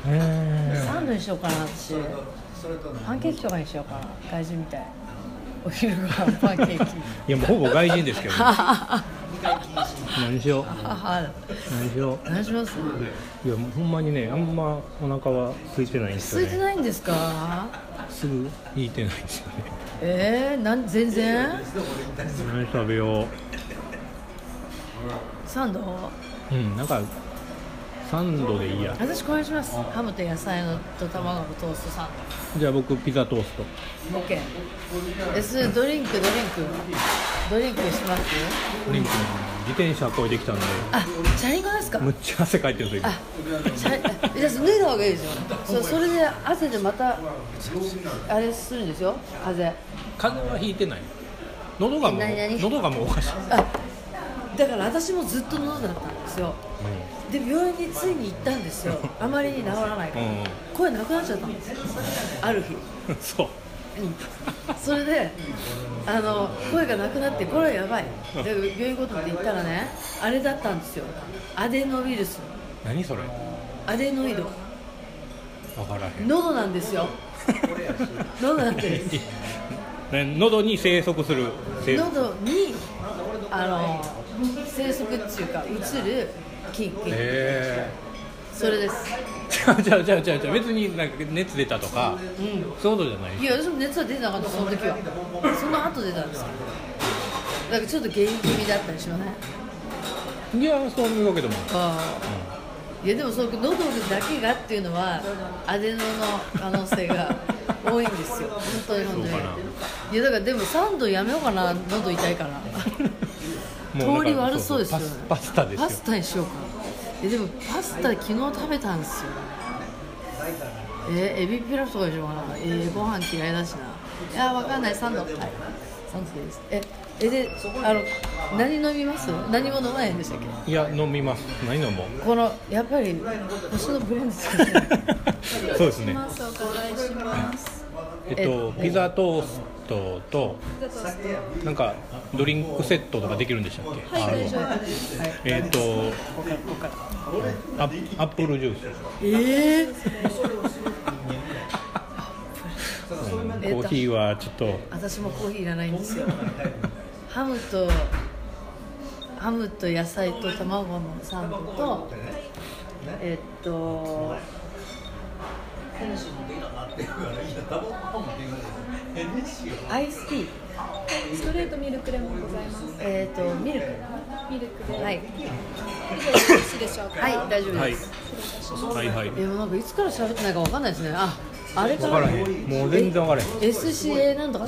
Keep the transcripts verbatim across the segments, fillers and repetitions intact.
サンドにしようかな私。パンケーキとかにしようかな。外人みたい。お昼ご飯パンケーキ。 いやもうほぼ外人ですけど、ね、何しよう何しよう何します？ いやもうほんまにね、あんまお腹は空いてないんですよね。 空いてないんですか？ すぐ言いてないんですよね。 えー、なん全然何食べよう。 サンド？ うん、なんかサンドでいいや。 私これします。ハムと野菜のと卵のトーストサンじゃあ僕ピザトースト。 ド OK。 え、それドリンクドリンクドリンクします？ ドリンク自転車こいできたんで。 あ、チャリンコですか？ むっちゃ汗かいてるんですよ。 あ、チャリじゃあ脱いだ方がいいですよ。そ, それで汗でまたあれするんですよ、風風邪はひいてない。喉がもう何何喉がもうおかしい。 あ、だから私もずっと喉だったんですよ、うん、で病院についに行ったんですよ。あまりに治らないから、うん、声なくなっちゃったんですある日そう、 うん、それであの声がなくなって、これはやばいで病院ごとって言ったらね、あれだったんですよ、アデノウイルス。 何それ？ アデノイド。 分からへん。 喉なんですよ喉なんです喉に生息する喉にあの生息っていうか移る菌菌、 へー、それです。 じゃあじゃあじゃあじゃあ別になんか熱出たとか、うん、そういうことじゃない？ いや私も熱は出てなかった、その時は。その後出たんですけど、だからちょっと原因気味だったりしません？ いやそういうわけでもない。 あ、うん、いやでもその喉だけがっていうのはアデノの可能性が多いんですよ本当に本当に。いやだからでもサンドやめようかな、喉痛いから通り悪そうですよね。 パスタですよ。 パスタにしようか。えでもパスタ昨日食べたんですよ。えー、エビピラフとかにしようかな。えー、ご飯嫌いだしな。いやわかんない、サンド、はい、サンドです。ええであの何飲みます？何も飲まないんでしたっけ？ いや飲みます。何飲もう？ このやっぱり星のブレンドですねそうですね。 お伺いします。 えっとピザトーストとなんかドリンクセットとかできるんでしたっけ？ はい、大丈夫です。 えっとアアップルジュース。 えーうん、コーヒーはちょっと私もコーヒーいらないんですよハムとハムと野菜と卵のサンドとえっとアイスティー、 ストレートミルクレモンございます。 えっとミルクミルクで、 はい、 よろしいでしょうか？ はい大丈夫です、 はい、 失礼いたします。 はいはい。 でもなんかいつから喋ってないかわかんないですね。あ、あれか分らからへん。もう全然分からへん。 エスシーエー なんとかだ。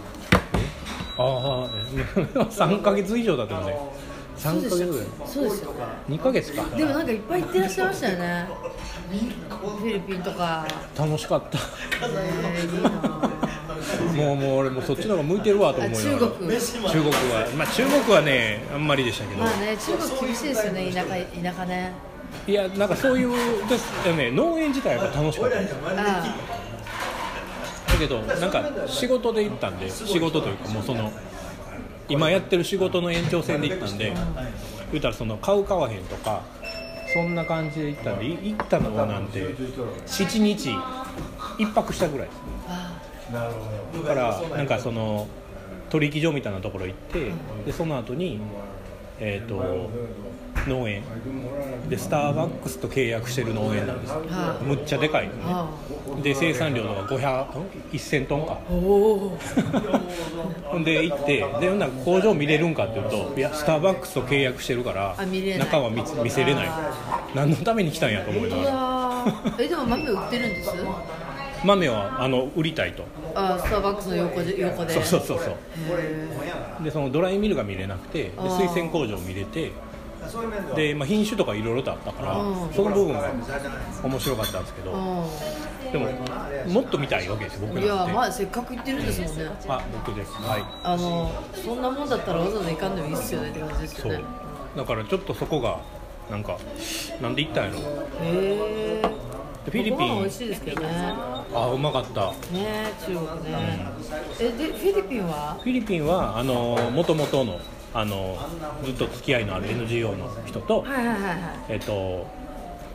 ああさんかげつ以上だったよね。さんかげつぐらい。 そうですよ。 にかげつか。 でもなんかいっぱい行ってらっしゃいましたよね。フィリピンとか。 楽しかった。 えー、いいな。 もうもう俺もそっちの方が向いてるわと思いながら。 中国。 中国はまあ中国はねあんまりでしたけど。 まあね中国厳しいですよね、田舎田舎ね。 いやなんかそういうですね、農園自体は楽しかったんですよ。 あだけどなんか仕事で行ったんで、仕事というかもうその今やってる仕事の延長線で行ったんで、言うたらその買う買わへんとかそんな感じで行ったんで、行ったのはなんてななにちいっぱくしたぐらいです。 あだからなんかその取引所みたいなところ行って、でその後にえっと農園でスターバックスと契約してる農園なんですよ、はあ、むっちゃでかいのね、はあ、で生産量がごひゃく、せんトンかほんで行ってでなんか工場見れるんかっていうと、いやスターバックスと契約してるから中は 見, 見せれない、何のために来たんやと思いながらえでも豆売ってるんです？ 豆はあの売りたいと。 あスターバックスの横で、横でそうそうそうそうでそのドライミルが見れなくて、で水洗工場見れて、で、まあ、品種とかいろいろとあったから、その部分が面白かったんですけど、でももっと見たいわけですよ僕なんて。いやまあせっかく行ってるんですもんね。 あ僕です、はい、 あのそんなもんだったらわざわざ行かんでもいいっすよねって感じですよね。 そうだからちょっとそこがなんかなんで行ったんやろ。 へーフィリピンご飯美味しいですけどね。 あうまかったね中国ね、うん、えでフィリピンはフィリピンはあの元々のあのずっと付き合いのある エヌジーオー の人と、 はいはいはいはい、 えっと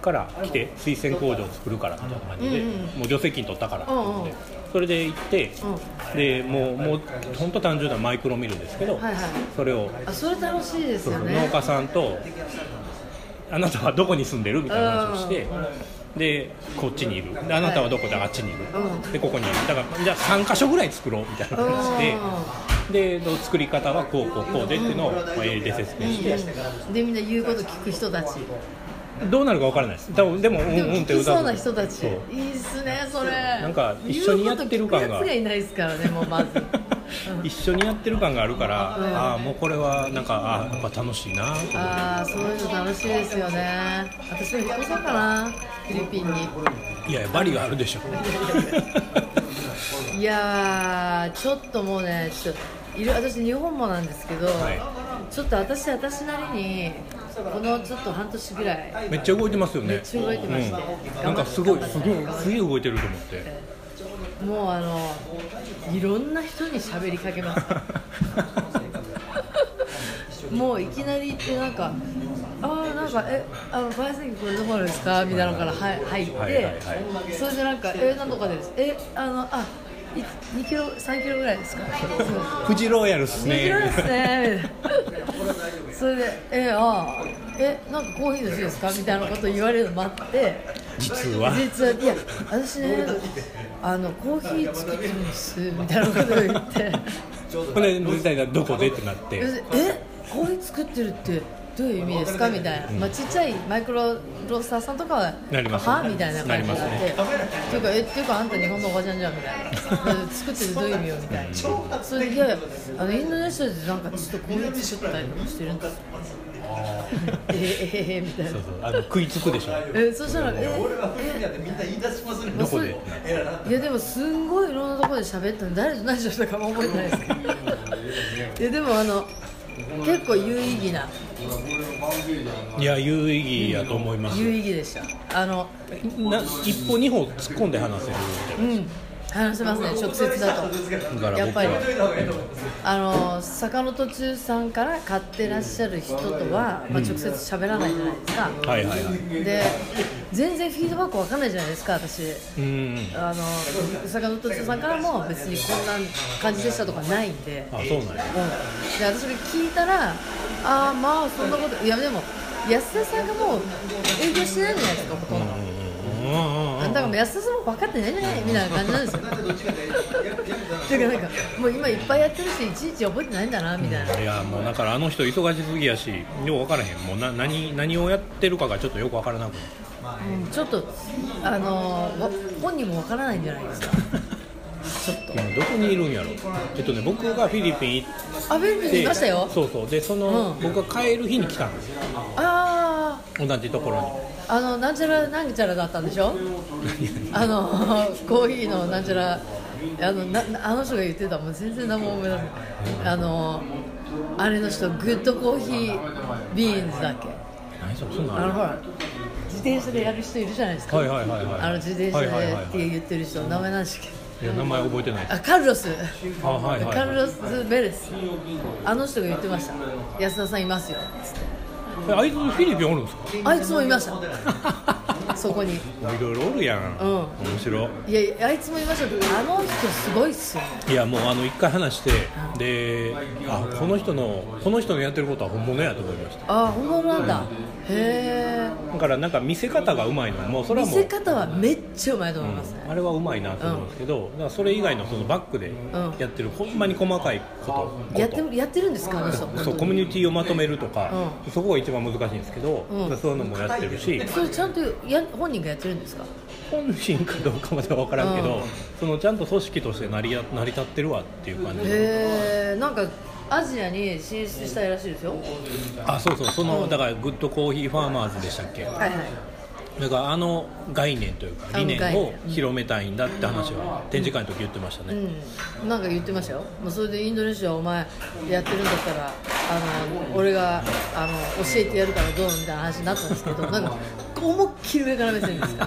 から来て水仙工場を作るからみたいな感じで、 うんうん、 もう助成金取ったからって言って、 うんうん、 それで行って、 うん、 でもうもう本当単純なマイクロミルですけど、 はいはい、 それをあそれ楽しいですよね。 農家さんとあなたはどこに住んでるみたいな話をして、でこっちにいる、であなたはどこで、はい、あっちにいる、うん、でここにいる、だからじゃあさんかしょぐらい作ろうみたいな話で、で作り方はこうこうこうでっていうのを英語で説明して、 うん、でみんな言うこと聞く人たちどうなるか分からないです。多分でもうんうんって歌う。 そうな人たちいいっすねそれ。 なんか一緒にやってる感が。言うこと聞くやつがいないですからねもうまず。一緒にやってる感があるから、うん、ああもうこれはなんかあやっぱ楽しいな。 ああそういうの楽しいですよね。私も引っ越そうかなフィリピンに。 いやいやバリがあるでしょ。 いやちょっともうねちょっといる私日本もなんですけど、はい、ちょっと私私なりにこのちょっと半年ぐらいめっちゃ動いてますよね。 めっちゃ動いてまして、 うん、なんかすごいすごいすげえ動いてると思って。 もうあのいろんな人に喋りかけますもういきなり行ってなんかあーなんかえあのバイセンこれどこですかみたいなのから入って、はいはいはい、それでなんかえ何とかですえあのあにキロさんキロぐらいですかフジローヤルっすねフジローヤルっすねそれでえあえなんかコーヒーの種ですかみたいなこと言われるの待って実は実はいや私ねあのコーヒー作ってるんですみたいなことを言ってこれみたいなどこでってなってえコーヒー作ってるってどういう意味ですかみたいな、うんまあ、ちっちゃいマイクロロースターさんとかはなります、 ね、はみたいな感じになって、 ね、 っていうかえっていうかあんた日本のおばちゃんじゃんみたいな作っててどういう意味よみたいなそれでいやいやあのインドネシアでなんかちょっとコーヒー作ったりとかしてるんですよえー、えー、みたいなそうそうあの食いつくでしょえそしたらえー、えー、どこでいやでもすんごいいろんなところで喋ったの誰と何ししたかも覚えてないですけどいやでもあの結構有意義ないや有意義やと思います。 有意義でした。あのな一歩二歩突っ込んで話せるみたいな。うん話せますね直接だとやっぱりあの坂の途中さんから買ってらっしゃる人とは、まあ、直接喋らないじゃないですか、 うん、はいはいはいで全然フィードバックわかんないじゃないですか私うんあの坂の途中さんからも別にこんな感じでしたとかないんであそうなんや、うん、 で私が聞いたらああまあそんなこといやでも安田さんがもう営業してないじゃないですかほとんど、うんだから安田さんも分かってないんじゃないみたいな感じなんですよていうかなんかもう今いっぱいやってるしいちいち覚えてないんだなみたいな、 うん、いやもうだからあの人忙しすぎやしよく分からへんもうな 何, 何をやってるかがちょっとよく分からなくて、 うん、ちょっとあのー、本人も分からないんじゃないですかちょっとどこにいるんやろえっとね僕がフィリピン行ってあフィリピンにいましたよそうそうでその、うん、僕が帰る日に来たんですよああ同じところにあのなんちゃらなんちゃらだったんでしょあのコーヒーのなんちゃらあのなあの人が言ってたもん全然何も思い出せないあのあれの人グッドコーヒービーンズだっけ何それそんなあのほら自転車でやる人いるじゃないですかはいはいはいはいあの自転車でって言ってる人名前なんですけどいや名前覚えてないあカルロスあ、はいはいはい、 カルロス・ベレスあの人が言ってました安田さんいますよつってあいつフィリピンおるんですかあいつもいましたそこにいろいろおるやん、うん、面白いいやいやあいつもいましたけどあの人すごいっすよねいやもうあの一回話して、うん、であこの人のこの人のやってることは本物やと思いましたあ本物なんだ、うん、へえだからなんか見せ方がうまいのもうそれはもう見せ方はめっちゃうまいと思いますね、 うん、あれはうまいなと思うんですけど、うん、だからそれ以外のそのバックでやってる、うん、ほんまに細かいこと、 やってやってるんですかあの人そうコミュニティをまとめるとか、うん、そこが一番難しいんですけど、うん、そういうのもやってるしそれちゃんとや本人がやってるんですか本人かどうかまでは分からんけど、うん、そのちゃんと組織として成り成り立ってるわっていう感じへえんかアジアに進出したいらしいですよあそうそうその、うん、だからグッドコーヒーファーマーズでしたっけはいはいだからあの概念というか理念を広めたいんだって話は展示会の時言ってましたね、 うん、なんか言ってましたよもうそれでインドネシアお前やってるんだったらあの俺があの教えてやるからどうみたいな話になったんですけどなんか思いっきり上から目線ですよ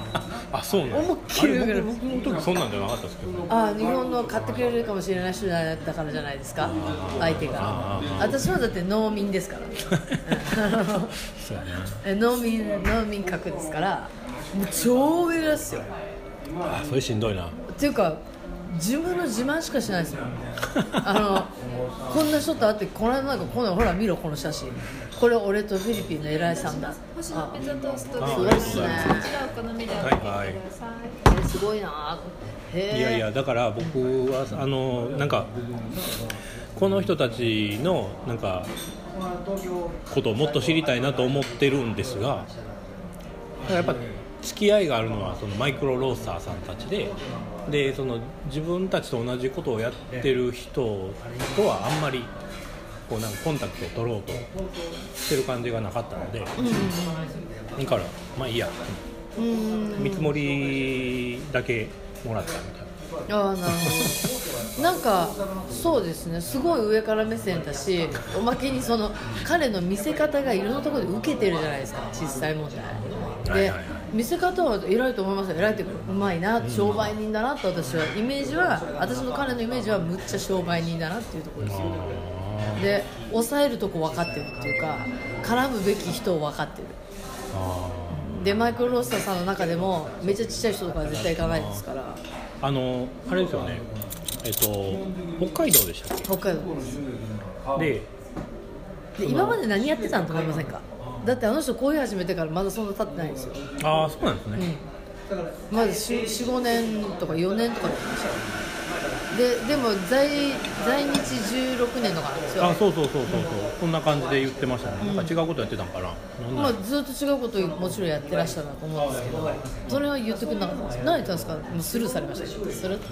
あ、そうなん思いっきり上から僕の時そんなんじゃなかったですけど、 あ日本の買ってくれるかもしれない人だったからじゃないですか、相手が。私はだって農民ですからそうやね。 え農民農民格ですから、もう超上ですよ。 あ、それしんどいな。 っていうか自分の自慢しかしないですもんあのこんな人と会って、この間なんかこのほら見ろこの写真、これ俺とフィリピンの偉いさんだ。 星のピザトーストあです。 すごいっすねこちらお好みでおはいはい選びください。 えすごいな。へえ。 いやいや、だから僕はあのなんかこの人たちのなんかことをもっと知りたいなと思ってるんですが、やっぱ付き合いがあるのはそのマイクロロースターさんたちで、でその自分たちと同じことをやってる人とはあんまりこうなんかコンタクトを取ろうとしてる感じがなかったので、だからまあいいや、 うん見積もりだけもらったみたいな。 ああなるほど。なんかそうですね、すごい上から目線だし、おまけにその彼の見せ方がいろんなところで受けてるじゃないですか、実際問題で、 はいはいはい、 見せ方は偉いと思いますよ。偉いっていうかうまいな、商売人だなと私はイメージは、私の彼のイメージはむっちゃ商売人だなっていうところですよ。で抑えるとこ分かってるっていうか、絡むべき人を分かってる。 あでマイクロロースターさんの中でもめっちゃちっちゃい人とかは絶対行かないですから。 あのあれですよね、えっと北海道でしたっ北海道ですけで、 で今まで何やってたんと思いませんか。だってあの人こういう始めてからまだそんな経ってないんですよ。 ああそうなんですね、 うん、まず よん、ごねんとかよねんとかやってましたよ。ででも在在日じゅうろくねんとかなんですよ。 あそうそうそうそうそう、そんな感じで言ってましたね。なんか違うことやってたんかな、なんまあ、 だずっと違うことをもちろんやってらっしゃるなと思うんですけど、それは言ってくれなかったんですよ。何言ったんですか。もうスルーされましたよ。スル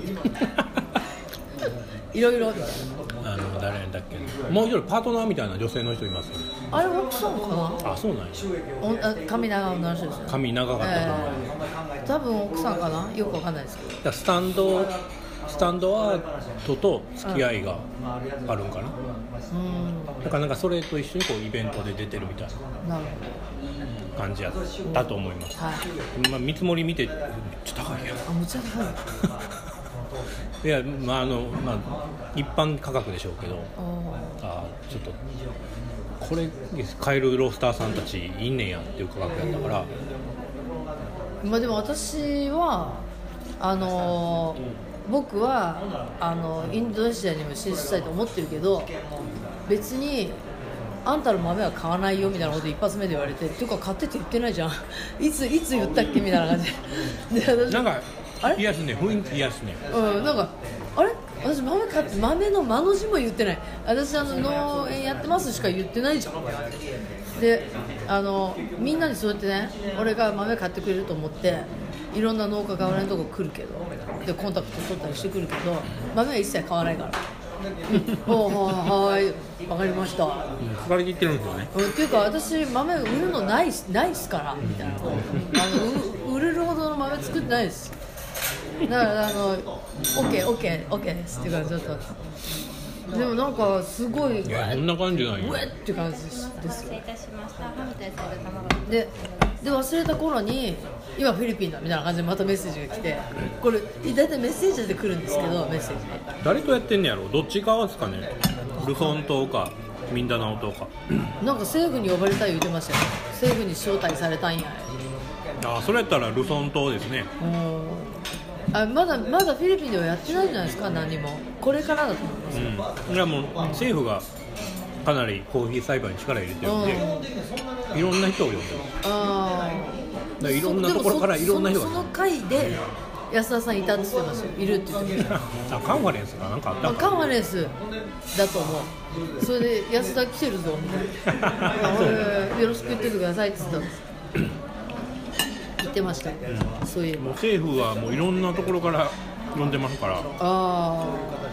いろいろみたいな。 あの誰だっけ、もう一人パートナーみたいな女性の人いますよね。 あれ奥さんかな。 あそうなんや、 おあ髪長女の人ですよね。 髪長かったと思う、 えー多分奥さんかな、よくわかんないですけど。 だからスタンドスタンドアートと付き合いがあるんかな、 うんだからなんかそれと一緒にこうイベントで出てるみたいなるな感じやったと思います、 ほど。はい。 まあ、見積もり見てめっちゃ高いやんあむちゃ高い。 いや、まああのまあ、一般価格でしょうけど、 ああちょっとこれ買えるロースターさんたちいんねんやっていう価格やったから、 まあでも私はあのー僕はあのインドネシアにも進出したいと思ってるけど、別にあんたの豆は買わないよみたいなこと一発目で言われて、っていうか買ってって言ってないじゃんいついつ言ったっけみたいな感じで、私なんかあれ嫌ですね、雰囲気嫌ですね。 うんなんかあれ私豆買って豆の間の字も言ってない、私あの農園やってますしか言ってないじゃんで、あのみんなにそうやってね、俺が豆買ってくれると思っていろんな農家が俺のとこ来るけど、でコンタクト取ったりしてくるけど、豆は一切買わないからおうはーい分かりました、 うん、かかりきってるんですよね。 うん、っていうか私豆売るのないっすないっすからみたいな、あのう売れるほどの豆作ってないです。だからあのオッケーオッケーオッケーですっていう感じだったんです。でもなんかすごい、 いやそんな感じないよ。 うえっていう感じですお待たせいたしました。ハムと野菜と卵。 でで忘れた頃に今フィリピンだみたいな感じでまたメッセージが来て、これ大体メッセージで来るんですけど、メッセージで誰とやってんねやろ、どっち側ですかね、ルソン島かミンダナオ島か。 なんか政府に呼ばれたい言ってましたよ。政府に招待されたんや。 あそれやったらルソン島ですね。 うんあまだまだフィリピンではやってないじゃないですか、何も。これからだと思います。 うん、いやもう政府がかなりコーヒー栽培に力入れてるんで、いろんな人を呼んでる。 あだからいろんなところからいろんな人がそのその回で安田さんいたって言ってましたよ。いるって言ってましたあカンファレンスかなんかあったあかカンファレンスだと思う。それで安田来てるぞみたいなあ俺よろしく言っててくださいって言ったんです。言ってました、うん、そういえばもう政府はもういろんなところから呼んでますから。 ああ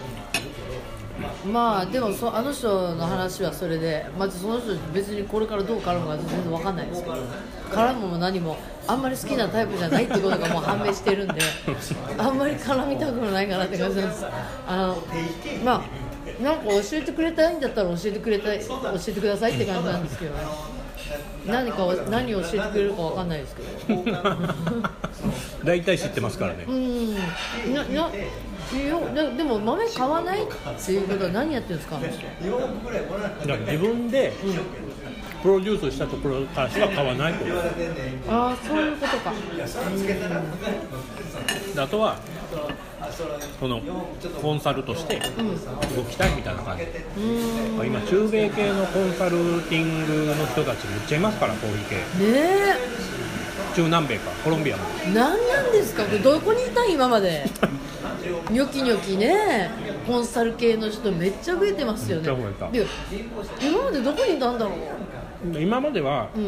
まあでもそあの人の話はそれで、まずその人別にこれからどう絡むか全然分かんないですけど、絡むも何もあんまり好きなタイプじゃないってことがもう判明してるんであんまり絡みたくもないかなって感じなんです。あのまあなんか教えてくれたいんだったら教えてくれたい教えてくださいって感じなんですけどね。 何かを何を教えてくれるかわかんないですけど大体知ってますからね。 うんななよででも豆買わないっていうことは何やってるんですかあの人。 だから自分でプロデュースしたところからしか買わないと。 ああそういうことか。 あとはそのコンサルとして動きたいみたいな感じ、うん、今中米系のコンサルティングの人たちめっちゃいますから、コーヒー系ねえ中南米かコロンビアも。 何なんですかどこにいたん今までニョキニョキねコンサル系の人めっちゃ増えてますよね。 めっちゃ増えた。 で今までどこにいたんだろう。 今までは、うん、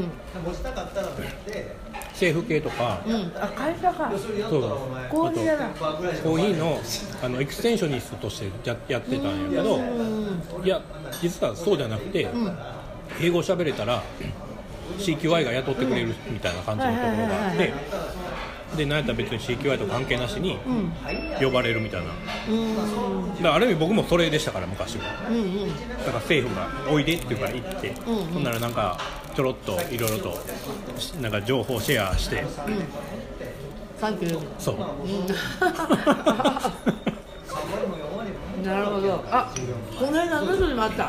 政府系とか、 うん、あ会社かそうだコーヒーだなコーヒー の, あのエクステンショニストとして や, やってたんやけど、いや実はそうじゃなくて、うん、英語喋れたら シーキューアイ が雇ってくれるみたいな感じのところがあって、で何やったら別に シーキューアイ と関係なしに呼ばれるみたいな、うん、だからある意味僕もそれでしたから昔は、うんうん、だから政府がおいでっていうから行って、うんうん、ほんならなんかちょろっといろいろとなんか情報シェアして、うん、 サンキューそう、 うん、なるほど。あこの間あの人にもあった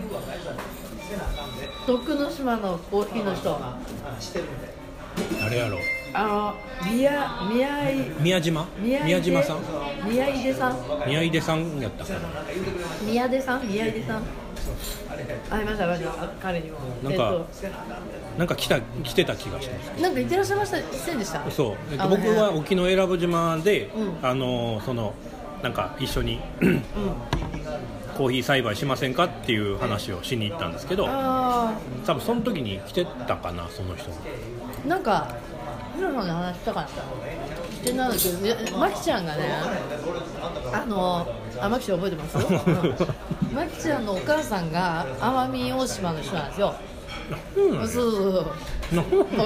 徳之島のコーヒーの人誰やろう。 あの宮宮井宮島宮島さん宮出さん宮出さんやったかな。 宮出さん宮出さんありましたありました彼にもなんか、えっと、なんか来た来てた気がします。 なんかいってらっしゃいましたせんでした。 そう、えっと、僕は沖永良部島で、うん、あのそのなんか一緒に、うん、コーヒー栽培しませんかっていう話をしに行ったんですけど、多分その時に来てたかなその人。 なんかヒロさんの話したかなしてないんだけど、マキちゃんがね、あのあマキちゃん覚えてます？マキちゃんのお母さんが奄美大島の人なんですよ。うん、そうそうそう。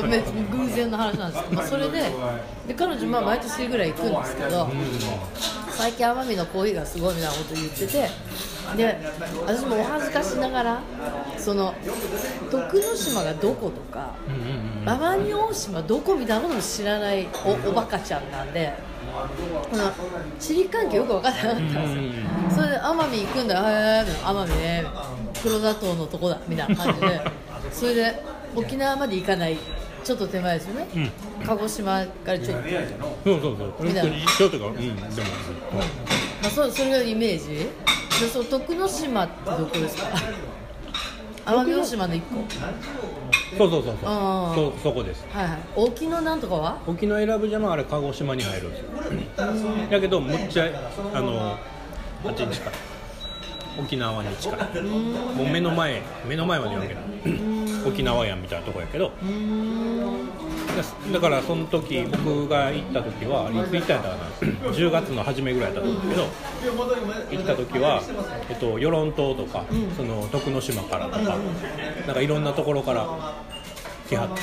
めっちゃ偶然の話なんですけど、まあ、それで、で彼女まあ毎年ぐらい行くんですけど、最近奄美のコーヒーがすごいみたいなこと言ってて、で私もお恥ずかしながらその徳之島がどことか、奄美大島どこみたいなことも知らない お, おバカちゃんなんで、この地理関係よく分かってなかったんですよ。それで奄美行くんだ、えー、奄美ね黒砂糖のとこだみたいな感じで、それで沖縄まで行かないちょっと手前ですよね、うん、鹿児島からちょっとそうそうそうみたいなちょっとか、うん、でも、 まあ、そ, それがイメージで、その徳之島ってどこですか？奄美大島のいっこ。 そうそうそうそう、そ, そこです、 はいはい。沖のなんとかは沖永良部島はあれ鹿児島に入るんですよ。だけどむっちゃあのあっちに近い、沖縄に近い、もう目の前目の前まで言わんけど沖縄やんみたいなとこやけど、だからその時僕が行った時はいつ行ったんだかなじゅうがつの初めぐらいだったと思うけど、行った時は、えっと、与論島とか、うん、その徳之島からとか、なんかいろんなところから来はって、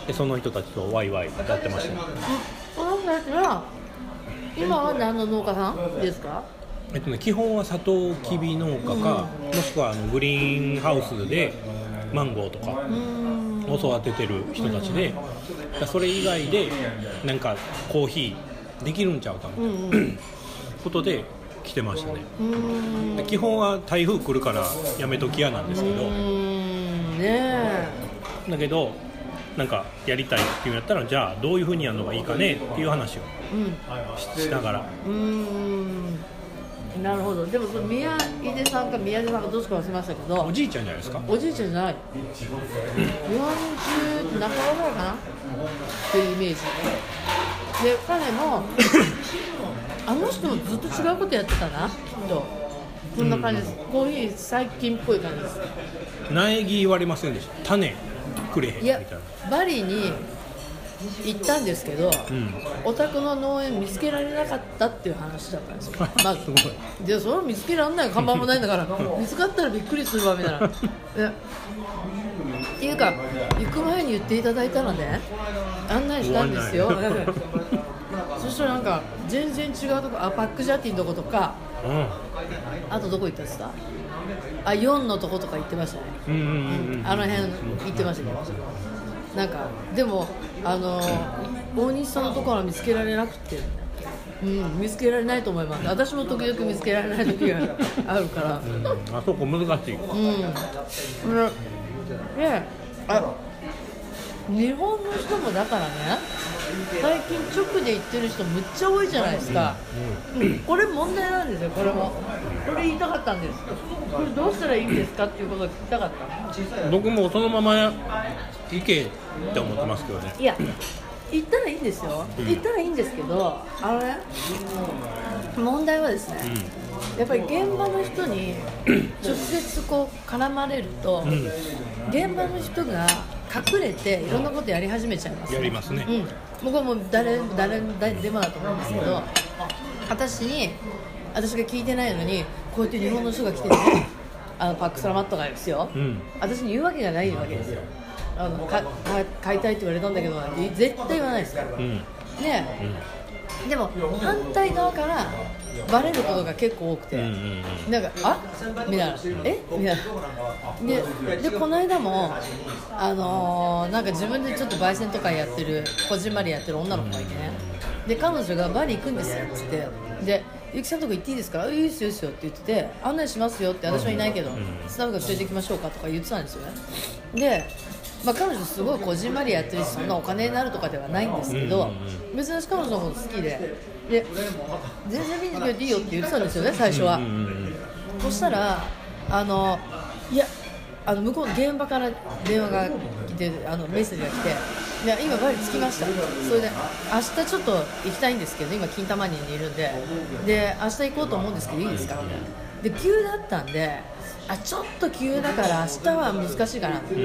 でその人たちとワイワイやってました、ね、 その人たちは今は何の農家さんですか？ えっとね、基本はサトウキビ農家か、うん、もしくはあのグリーンハウスでマンゴーとかを育ててる人たちで、うん、それ以外でなんかコーヒーできるんちゃうかみたいな、うん、ことで来てましたね、うん、で基本は台風来るからやめときやなんですけど、うん、ね、だけどなんかやりたいっていうんやったら、じゃあどういう風にやるのがいいかねっていう話を し,、うん、しながら、 うーん、なるほど。でもその宮出さんか宮出さんかどっちか忘れましたけど、 おじいちゃんじゃないですか？ おじいちゃんじゃない、よんじゅう半ばぐらいかなっていうイメージで、彼もあの人もずっと違うことやってたなきっと。こんな感じです、うん、コーヒー最近っぽい感じです。 苗木言われませんでした？種くれへんみたいな。いやバリに行ったんですけど、うん、お宅の農園見つけられなかったっていう話だったんですよ。まあ、すごい。でそれを見つけられない、看板もないんだから見つかったらびっくりするわみたいな。っていうか行く前に言っていただいたらね、案内したんですよ。 そしたらなんか全然違うとこ、あパックジャティのとことか、 うんあとどこ行ったんですか、あよんのとことか行ってましたね、 うんうんうんうんあの辺行ってましたけど、なんかでもあの大西さんのところは見つけられなくて、うん、見つけられないと思います。私も時々見つけられない時があるから、うん、 あそこ難しい。 うんで、あ日本の人もだからね、最近直で行ってる人むっちゃ多いじゃないですか、うんうん、これ問題なんですよ。これもこれ言いたかったんです。これどうしたらいいんですかっていうことを聞きたかった。 僕もそのまま行けって思ってますけどね。 いや行ったらいいんですよ、うん、行ったらいいんですけど、あのね問題はですね、うん、やっぱり現場の人に直接こう絡まれると、うん、現場の人が隠れていろんなことやり始めちゃいます、ね、 やりますね、 うん、僕はもう誰誰誰でもだと思うんですけど、私に私が聞いてないのにこうやって日本の人が来てねあのパックサラマットがですよ、うん、私に言うわけがないわけですよ。あのかか買いたいって言われたんだけどなんて絶対言わないですから、うん、ね、うん、でも反対側からバレることが結構多くて、うんうんうん、なんかあみたいなえみたいなで, でこの間もあのー、なんか自分でちょっと焙煎とかやってるこじんまりやってる女の子がいてね、で彼女がバリ行くんですよっつって、でゆきさんのとこ行っていいですか、いいですよいいですよって言ってて、案内しますよって、私はいないけど、うん、スタッフが連れて行きましょうかとか言ってたんですよね。でまあ、彼女すごいこじんまりやってるし、そんなお金になるとかではないんですけど、別に彼女のこと好きで、で全然見に来ていいよって言ってたんですよね最初は。そしたらあのいやあの向こうの現場から電話が来て、あのメッセージが来て、いや今バリ着きました、それで明日ちょっと行きたいんですけど、今金玉にいるんで、で明日行こうと思うんですけどいいですかみたいな。で急だったんで、あちょっと急だから明日は難しいかな、うん、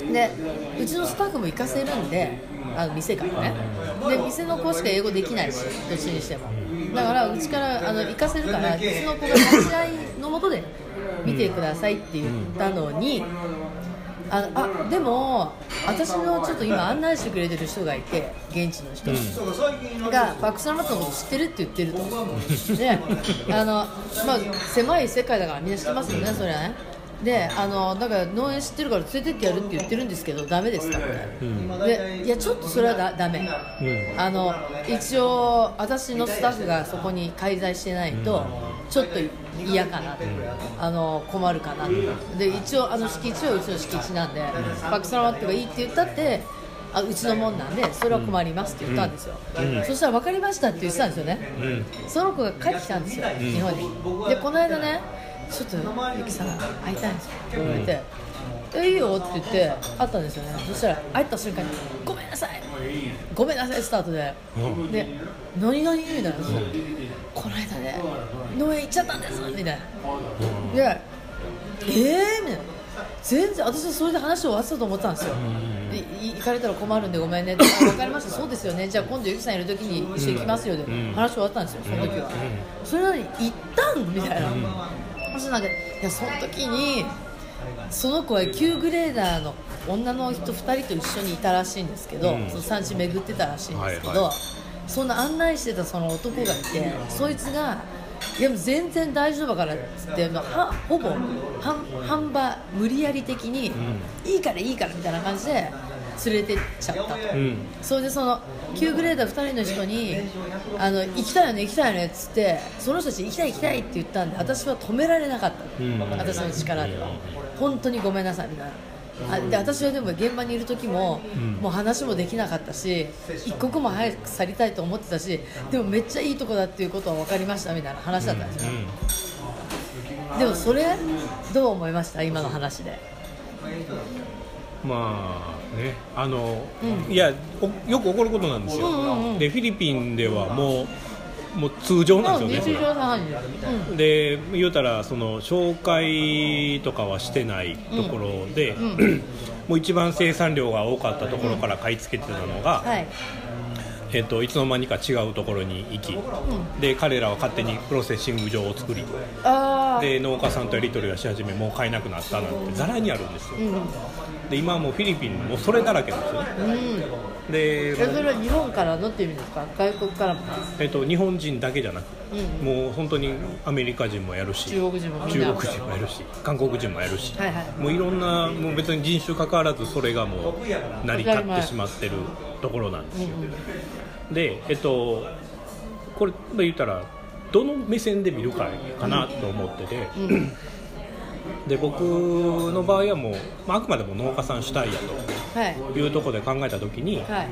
でうちのスタッフも行かせるんで、あの店からね、で店の子しか英語できないしどっちにしても、だからうちからあの行かせるから、うちの子が立ち会いのもとで見てくださいって言ったのに、あのあでも私のちょっと今案内してくれてる人がいて、現地の人、うん、がパックサラマットのこと知ってるって言ってるとであの、まあ、狭い世界だからみんな知ってますよね、それはね。であのだから農園知ってるから連れてってやるって言ってるんですけどダメですかみたいな、うん、でいやちょっとそれはだダメ、うん、あの一応私のスタッフがそこに介在してないとちょっと嫌かな、あの困るかな、で一応あの敷地はうちの敷地なんで、パックサラマットがいいって言ったってあうちのもんなんでそれは困りますって言ったんですよ、うんうん、そしたら分かりましたって言ってたんですよね、うん、その子が帰ってきたんですよ、うん、日本に。でこの間ねちょっとゆきさん会いたいんですよって言われて、うん、えいいよって言って会ったんですよね。そしたら会った瞬間にごめんなさいごめんなさいスタートで、うん、で何々みたいな、うん、この間ね農園行っちゃったんですみたいな、うん、でえーみたいな、全然私はそれで話終わってたと思ってたんですよ、うん、で行かれたら困るんでごめんねって、分かりましたそうですよね、じゃあ今度ゆきさんいる時に一緒に行きますよで、うん、話終わったんですよその時は、うん、それなのに行ったんみたいな、うん、そしたらなんかいやその時にその子は旧グレーダーの女の人ふたりと一緒にいたらしいんですけど、うん、その産地巡ってたらしいんですけど、はいはい、そんな案内してたその男がいて、そいつがいや全然大丈夫からっつってはほぼ半ば無理やり的に、うん、いいからいいからみたいな感じで連れてっちゃったと、うん、それでその旧グレーダーふたりの人にあの行きたいよね行きたいよねっつって、その人たち行きたい行きたいって言ったんで私は止められなかった、うん、私の力では本当にごめんなさいみたいな。あで私はでも現場にいる時も、うん、もう話もできなかったし一刻も早く去りたいと思ってたし、でもめっちゃいいとこだっていうことは分かりましたみたいな話だったんですよ、うんうん、でもそれどう思いました今の話で。 まあねあの、うん、いやよく起こることなんですよ、うんうんうん、でフィリピンではもうもう通常なんですよね、うん、で言うたらその紹介とかはしてないところで、うんうん、もう一番生産量が多かったところから買い付けてたのが、うんはいえー、といつの間にか違うところに行き、うん、で彼らは勝手にプロセッシング場を作りで農家さんとやり取りをし始めもう買えなくなったなんてざらにあるんですよ、うん、で今はもうフィリピンもそれだらけなんですよね、 でえそれは日本からのって意味ですか？外国からも？ えっと、日本人だけじゃなく、 うんもう本当にアメリカ人もやるし、 中国人もみんな中国人もやるし、韓国人もやるし、 はいはい、 もういろんな、もう別に人種関わらずそれがもう成り立ってしまってるところなんですよ、 うんうん、 で、えっと、これ言ったらどの目線で見るかかなと思ってて、うん、で僕の場合はもう、まあ、あくまでも農家さん主体やというところで考えたときに、はい、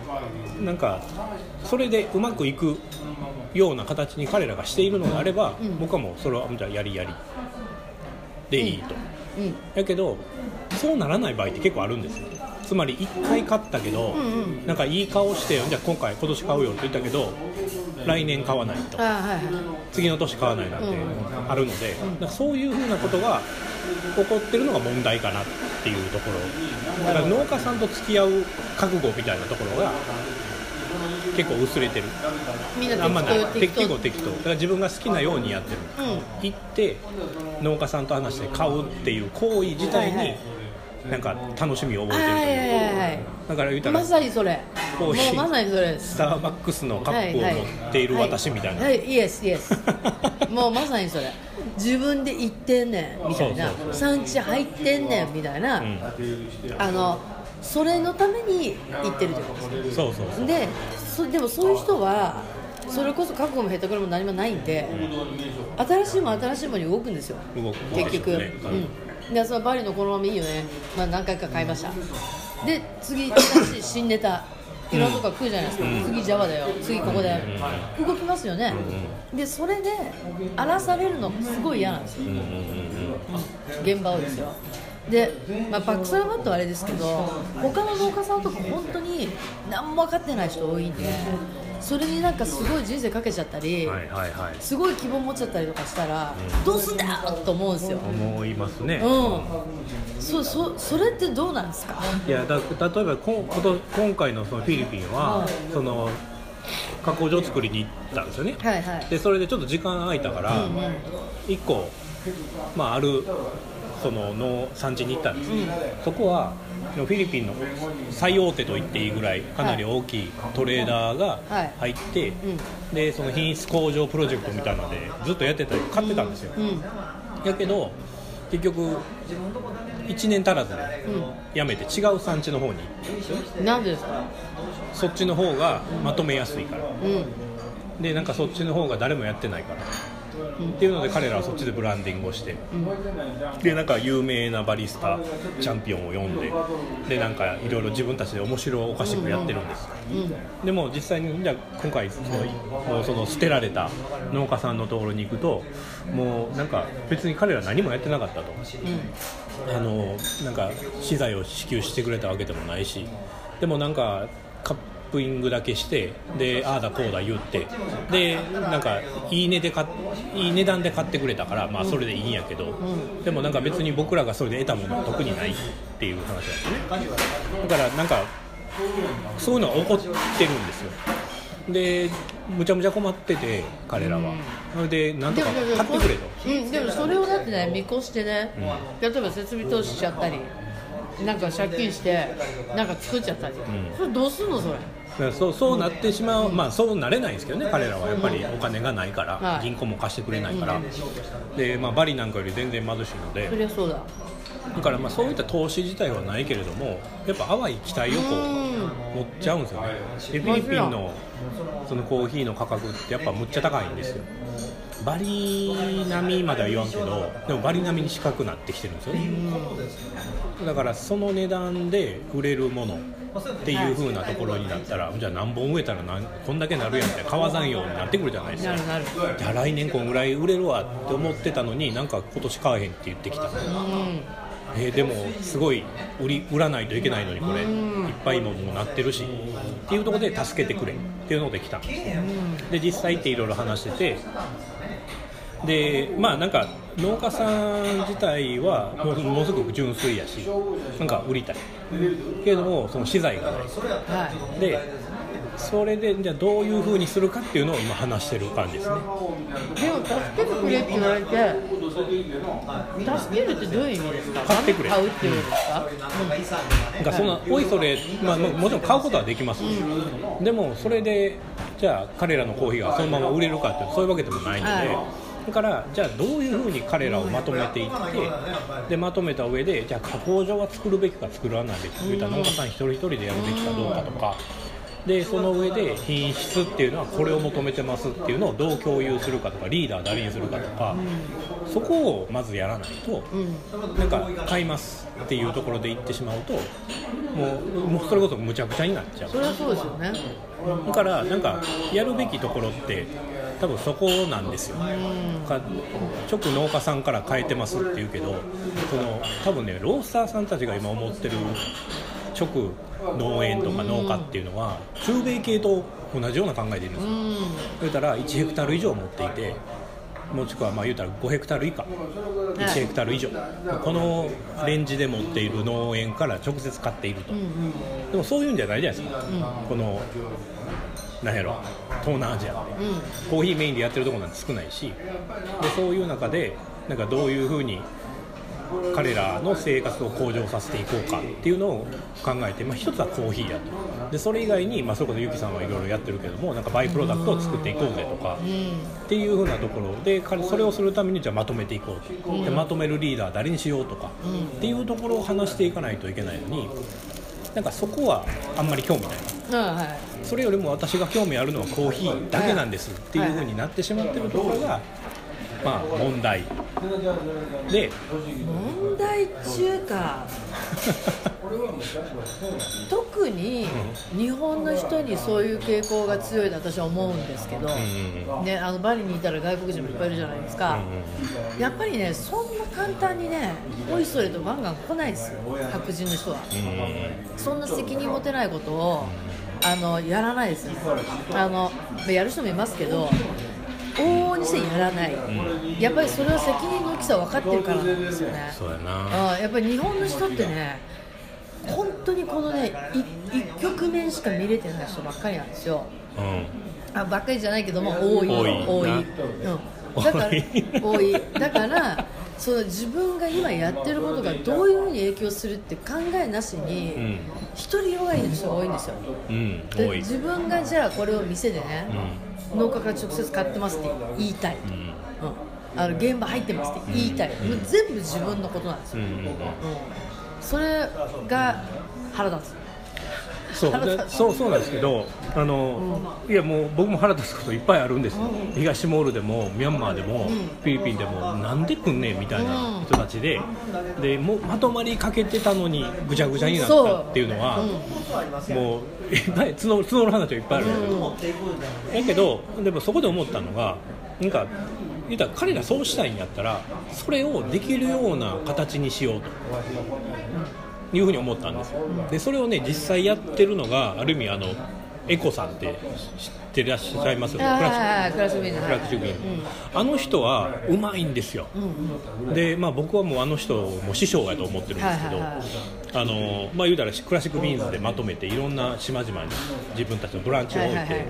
なんかそれでうまくいくような形に彼らがしているのであれば、うん、僕はもうそれはじゃあやりやりでいいと、うんうん、だけどそうならない場合って結構あるんですよ。つまりいっかい買ったけど、うんうん、なんかいい顔してじゃあ今回今年買うよって言ったけど来年買わないと、はいはい、次の年買わないなんてあるので、うん、だからそういうふうなことが起こってるのが問題かなっていうところだから農家さんと付き合う覚悟みたいなところが結構薄れてる。 みんな適当、 あんまない適当結構適当だから自分が好きなようにやってる、うん、行って農家さんと話して買うっていう行為自体に、はいはい、なんか楽しみを覚えてるという、はいはいはい、だから言ったらまさにそれコーヒーもうまさにそれですスターバックスのカップを持っている私みたいな、 はいはい、はい、イエスイエスもうまさにそれ自分で言ってんねんみたいな、産地入ってんねんみたいな、うん、あのそれのために言ってるということです。 そうそうそうでそでもそういう人はそれこそ覚悟もへったくれも何もないんで、うん、新しいも新しいものに動くんですよ動く結局、ね、うん、でそのバリのこのままいいよね、まあ、何回か買いました。で次新しい新ネタいろんなとこ来るじゃないですか、うん、次 Java だよ次ここだよ、うん、動きますよね、うん、でそれで荒らされるのすごい嫌なんですよ、うん、現場をですよ。で、まあ、バックサイドバットはあれですけど他の農家さんとか本当に何も分かってない人多いんでそれになんかすごい人生かけちゃったり、はいはいはい、すごい希望持っちゃったりとかしたら、うん、どうすんだよと思うんですよ。 思いますね、 うん、そ, そ, それってどうなんですか？ いやだ例えばこ今回 の, そのフィリピンは、うん、その加工場作りに行ったんですよね、はいはい、でそれでちょっと時間空いたから、うんうん、いっこ、まあ、あるそのの産地に行ったんです、うん、そこはフィリピンの最大手と言っていいぐらいかなり大きいトレーダーが入って、はいはい、うん、でその品質向上プロジェクトみたいなのでずっとやってたり買ってたんですよ、うんうん、やけど結局いちねん足らずで辞めて違う産地の方に行ったんですよ。 なんでですか？ そっちの方がまとめやすいから、うん、でなんかそっちの方が誰もやってないからっていうので彼らはそっちでブランディングをして、うん、でなんか有名なバリスタチャンピオンを呼んででなんかいろいろ自分たちで面白おかしくやってるんです、うんうん、でも実際にじゃあ今回そのもうその捨てられた農家さんのところに行くともうなんか別に彼ら何もやってなかったと、うん、あのなんか資材を支給してくれたわけでもないしでもなんかカップイングだけしてでああだこうだ言ってでなんかいい値で買いい値段で買ってくれたからまあそれでいいんやけど、うん、でもなんか別に僕らがそれで得たものは特にないっていう話なんですね。だからなんかそういうのが起こってるんですよ。でむちゃむちゃ困ってて彼らは、うん、でなんとか買ってくれと、 うん、でもそれをだってね見越してね、うん、例えば設備投資しちゃったりなんか借金してなんか作っちゃったり、うん、それどうすんのそれ。 そうそうなってしまう、まあそうなれないんですけどね彼らはやっぱりお金がないから、はい、銀行も貸してくれないから、うん、で、まあ、バリなんかより全然貧しいのでそりゃそうだだからまあそういった投資自体はないけれどもやっぱ淡い期待をこう持っちゃうんですよね。でフィリピンのそのコーヒーの価格ってやっぱむっちゃ高いんですよ。バリ並みまでは言わんけどでもバリ並みに近くなってきてるんですよね。だからその値段で売れるものっていう風なところになったらじゃあ何本植えたら何こんだけなるやんって川山用になってくるじゃないですか。なるなるじゃあ来年こんぐらい売れるわって思ってたのになんか今年買えへんって言ってきた、うん、えー、でもすごい売り売らないといけないのにこれ、うん、いっぱいももうなってるしっていうところで助けてくれっていうので来たんですよ、うん、で実際っていろいろ話しててでまあなんか農家さん自体はもうものすごく純粋やしなんか売りたいけれどもその資材がない、はい、でそれでじゃあどういう風にするかっていうのを今話してる感じですね。 でも助けてくれって言われて、助けるってどういう意味ですか？ 買ってくれ、 買うっていうことですか？ うん、なんかそんなおいそれ、まあ、もちろん買うことはできます、うん、でもそれでじゃあ彼らのコーヒーがそのまま売れるかっていうとそういうわけでもないので、はい、だからじゃあどういうふうに彼らをまとめていってでまとめた上でじゃあ加工場は作るべきか作らないべきかといった農家さん一人一人でやるべきかどうかとかでその上で品質っていうのはこれを求めてますっていうのをどう共有するかとかリーダー誰にするかとか、うん、そこをまずやらないと、うん、なんか買いますっていうところで行ってしまうともう、もうそれこそむちゃくちゃになっちゃう。 それはそうですよね。 だからなんかやるべきところって多分そこなんですよ、うん、直農家さんから変えてますって言うけどその多分ねロースターさんたちが今思ってる直農園とか農家っていうのは中米系と同じような考えでいるんですよ。言うたらいちヘクタール以上持っていてもしくはまあ言うたらごヘクタール以下いちヘクタール以上このレンジで持っている農園から直接買っていると、うんうん、でもそういうんじゃないじゃないですか、うん、この何やろ東南アジアって、うん、コーヒーメインでやってるところなんて少ないしでそういう中でなんかどういうふうに彼らの生活を向上させていこうかっていうのを考えて、まあ、一つはコーヒーやとでそれ以外に、まあ、それこそゆきさんはいろいろやってるけどもなんかバイプロダクトを作っていこうぜとか、うん、っていう風なところでそれをするためにじゃあまとめていこうと、うん、でまとめるリーダー誰にしようとか、うん、っていうところを話していかないといけないのになんかそこはあんまり興味ない、うんはい、それよりも私が興味あるのはコーヒーだけなんですっていう風になってしまってるところがまあ問題で問題中か特に日本の人にそういう傾向が強いと私は思うんですけど、うんね、あのバリにいたら外国人もいっぱいいるじゃないですか、うん、やっぱりねそんな簡単にねおいそれとガンガン来ないですよ白人の人は、うん、そんな責任持てないことをあのやらないですよねあのやる人もいますけど往々にしてやらない、うん、やっぱりそれは責任の大きさ分かってるからなんですよね。 そうやな。 あやっぱり日本の人ってね本当にこのね一局面しか見れてない人ばっかりなんですよ、うん、あばっかりじゃないけども多い多い、多い、うん、だから多いだからその自分が今やってることがどういうふうに影響するって考えなしに、うん、独りよがりの人が多いんですよ、うん、で多い自分がじゃあこれを店でね、うん、農家から直接買ってますって言いたい、うんうん、あの現場入ってますって言いたい、うん、もう全部自分のことなんですよ、うんうんうん、それが腹立つそうでそうそうなんですけどあの、うん、いやもう僕も腹立つこといっぱいあるんですよ、うん、東モールでもミャンマーでも、うん、フィリピンでもなんで来んねんみたいな人たちで、うん、でもうまとまりかけてたのにぐちゃぐちゃになったっていうのは、うん、もう角, 角の話はいっぱいあるんですよ、うん、だけどでもそこで思ったのがなんか言ったら彼らそうしたいんやったらそれをできるような形にしようと、いうふうに思ったんですよ。でそれをね実際やってるのがある意味あのエコさんって知ってらっしゃいますよね。クラッシュビン、あの人はうまいんですよ、うんうん、で、まあ、僕はもうあの人も師匠やと思ってるんですけど、はいはいはい、あのまあ、言うたらクラシックビーンズでまとめていろんな島々に自分たちのブランチを置いて、はいはいはい、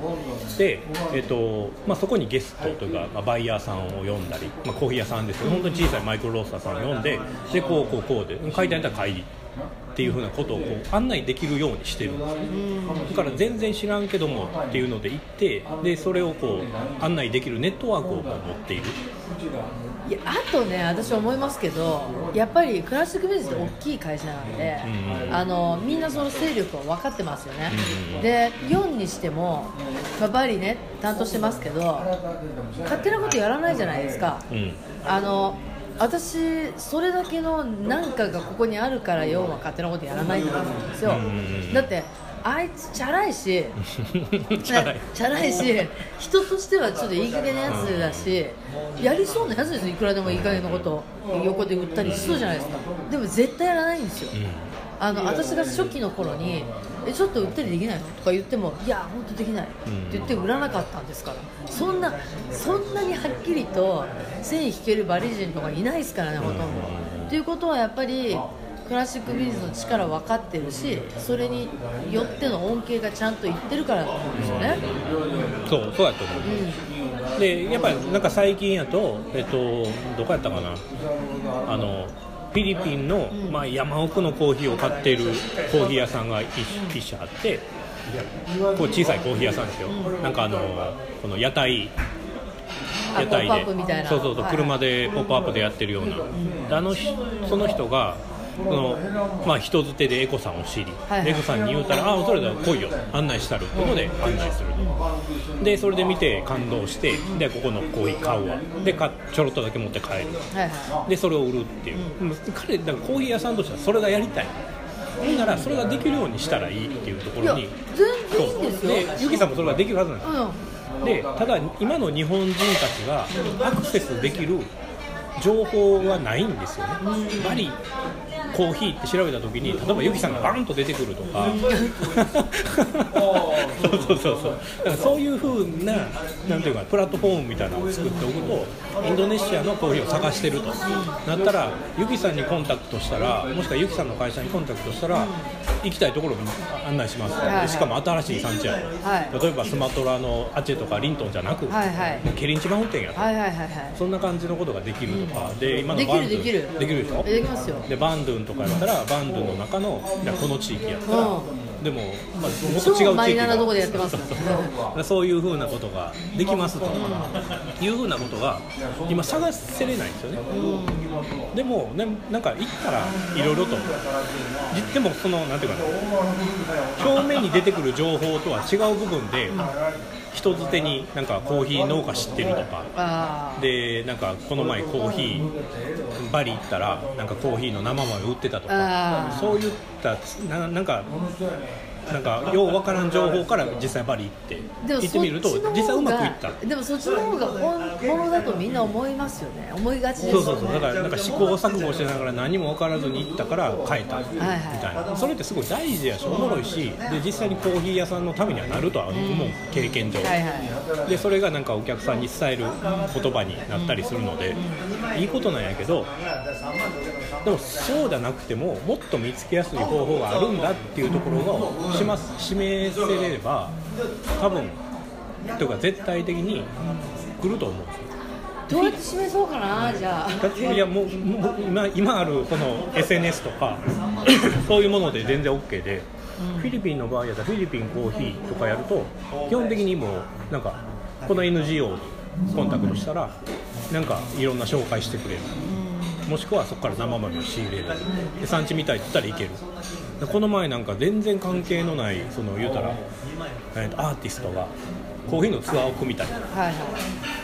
で、えーとまあ、そこにゲストというか、まあ、バイヤーさんを呼んだり、まあ、コーヒー屋さんですけど本当に小さいマイクロロースターさんを呼んででこうこうこうで書いてあったら会議っていう風なことをこう案内できるようにしてるんですよ。だから全然知らんけどもっていうので行ってでそれをこう案内できるネットワークを持っている。 いやあとね私は思いますけどやっぱりクラシックビジネスって大きい会社なんで、うん、あのみんなその勢力は分かってますよね、うん、でよんにしても、まあ、バリね担当してますけど勝手なことやらないじゃないですか、うん、あの私それだけの何かがここにあるから要は勝手なことやらないんだと思うんですよ、うん、だってあいつチャラいしチャラいチャラいし人としてはちょっといい加減なやつだしやりそうなやつですよ。いくらでもいい加減なことを横で売ったりしそうじゃないですか。でも絶対やらないんですよ、うん、あの私が初期の頃にえちょっと売ったりできないのとか言ってもいや本当できないって言って売らなかったんですから、そんなそんなにはっきりと線引けるバリ人とかいないですからねほとんど。ということはやっぱりクラシックビーズの力分かってるし、それによっての恩恵がちゃんといってるからだと思うんですよね。 そうそうやと思う、うん、でやっぱりなんか最近やと、えっと、どこやったかな、あのフィリピンの、まあ、山奥のコーヒーを買っているコーヒー屋さんが一社あって、こう小さいコーヒー屋さんですよ、なんかあのこの屋台屋台でポップアップみたいな、 そうそうそう、車でポップアップでやってるような、であのその人がその、まあ、人づてでエコさんを知り、はいはい、エコさんに言うたら、ああそれで来いよ案内したるってことで案内する、でそれで見て感動して、でここのコーヒー買うわでかちょろっとだけ持って帰る、はいはい、でそれを売るっていう、うん、彼だからコーヒー屋さんとしてはそれがやりたい、だからそれができるようにしたらいいっていうところに、 全然いいんですよ。 でゆきさんもそれができるはずなんですよ、うん、でただ今の日本人たちがアクセスできる情報はないんですよね、うん、バリコーヒーって調べたときに、例えばゆきさんがバーンと出てくるとか、そうそうそうそう、だからそういう風な、なんていうかプラットフォームみたいなのを作っておくと、インドネシアのコーヒーを探してるとなったら、ゆきさんにコンタクトしたら、もしくはゆきさんの会社にコンタクトしたら、行きたいところに案内します、はいはい、しかも新しい産地や、はい、例えばスマトラのアチェとかリントンじゃなく、はいはい、ケリンチマウンテンやと、はいはいはいはい、そんな感じのことができるとか、うん、で今のバンドゥンできるできるできるでしょ、 できますよ。 でバンドゥンとかやったらバンドゥンの中のこの地域やったら、うん、でも、まあ、もっと違う地域がマイナーなとこでやってます、ね、そうそうそう、そういう風なことができますという風なことが今探せれないんですよね、うん、でも、ね、なんか行ったらいろいろと、でもそのなんていうかな、表面に出てくる情報とは違う部分で、うん、人づてになんかコーヒー農家知ってるとかで、なんかこの前コーヒーバリ行ったらなんかコーヒーの生豆売ってたとか、そういったな、なんかなんかようわからん情報から実際バリ行って行ってみると実際うまくいった。 でもそっちの方が本物だとみんな思いますよね、思いがちですよね。 そうそうそう、だからなんか試行錯誤しながら何も分からずに行ったから変えたみたいな、はいはい、それってすごい大事やしおもろいし、で実際にコーヒー屋さんのためにはなるとは思う、うん、経験上、はいはい、でそれがなんかお客さんに伝える言葉になったりするので、うん、いいことなんやけど、でもそうじゃなくてももっと見つけやすい方法があるんだっていうところがします示せれれば、多分というか絶対的に来ると思うんですよ。 どうやって示そうかな、じゃあ。 いやもう、もう 今, 今あるこの エスエヌエス とかそういうもので全然 OK で、うん、フィリピンの場合やったらフィリピンコーヒーとかやると基本的にもうなんかこの エヌジーオー にコンタクトしたらなんかいろんな紹介してくれる、うん、もしくはそこから生豆を仕入れる、で産地見たいって言ったらいける。この前なんか全然関係のないその言うたら、えー、アーティストがコーヒーのツアーを組みたい、はいはい、